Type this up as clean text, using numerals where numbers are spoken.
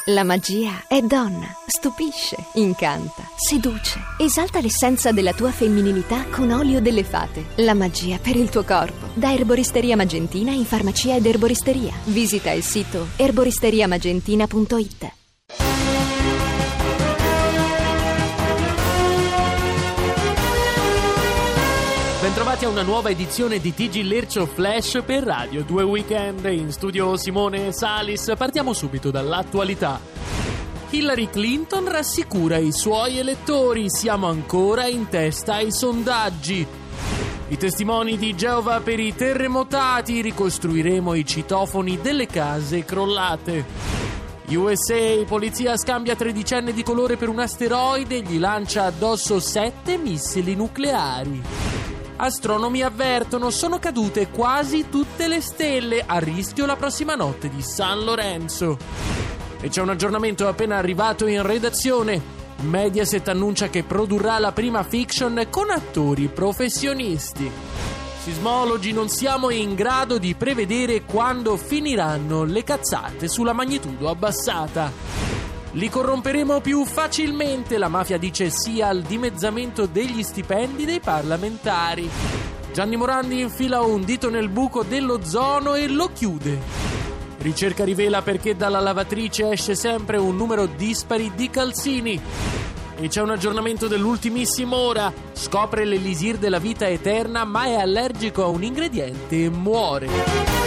La magia è donna, stupisce, incanta, seduce, esalta l'essenza della tua femminilità con olio delle fate. La magia per il tuo corpo. Da Erboristeria Magentina in farmacia ed erboristeria. Visita il sito erboristeriamagentina.it. Bentrovati a una nuova edizione di TG Lercio Flash per Radio 2 Weekend. In studio Simone Salis. Partiamo subito dall'attualità. Hillary Clinton rassicura i suoi elettori: siamo ancora in testa ai sondaggi. I testimoni di Geova per i terremotati, ricostruiremo i citofoni delle case crollate. USA, polizia scambia tredicenne di colore per un asteroide e gli lancia addosso 7 missili nucleari. Astronomi avvertono: sono cadute quasi tutte le stelle, a rischio la prossima notte di San Lorenzo. E c'è un aggiornamento appena arrivato in redazione. Mediaset annuncia che produrrà la prima fiction con attori professionisti. Sismologi, non siamo in grado di prevedere quando finiranno le cazzate sulla magnitudo abbassata. Li corromperemo più facilmente, la mafia dice sì al dimezzamento degli stipendi dei parlamentari. Gianni Morandi infila un dito nel buco dell'ozono e lo chiude. Ricerca rivela perché dalla lavatrice esce sempre un numero dispari di calzini. E c'è un aggiornamento dell'ultimissima ora. Scopre l'elisir della vita eterna, ma è allergico a un ingrediente e muore.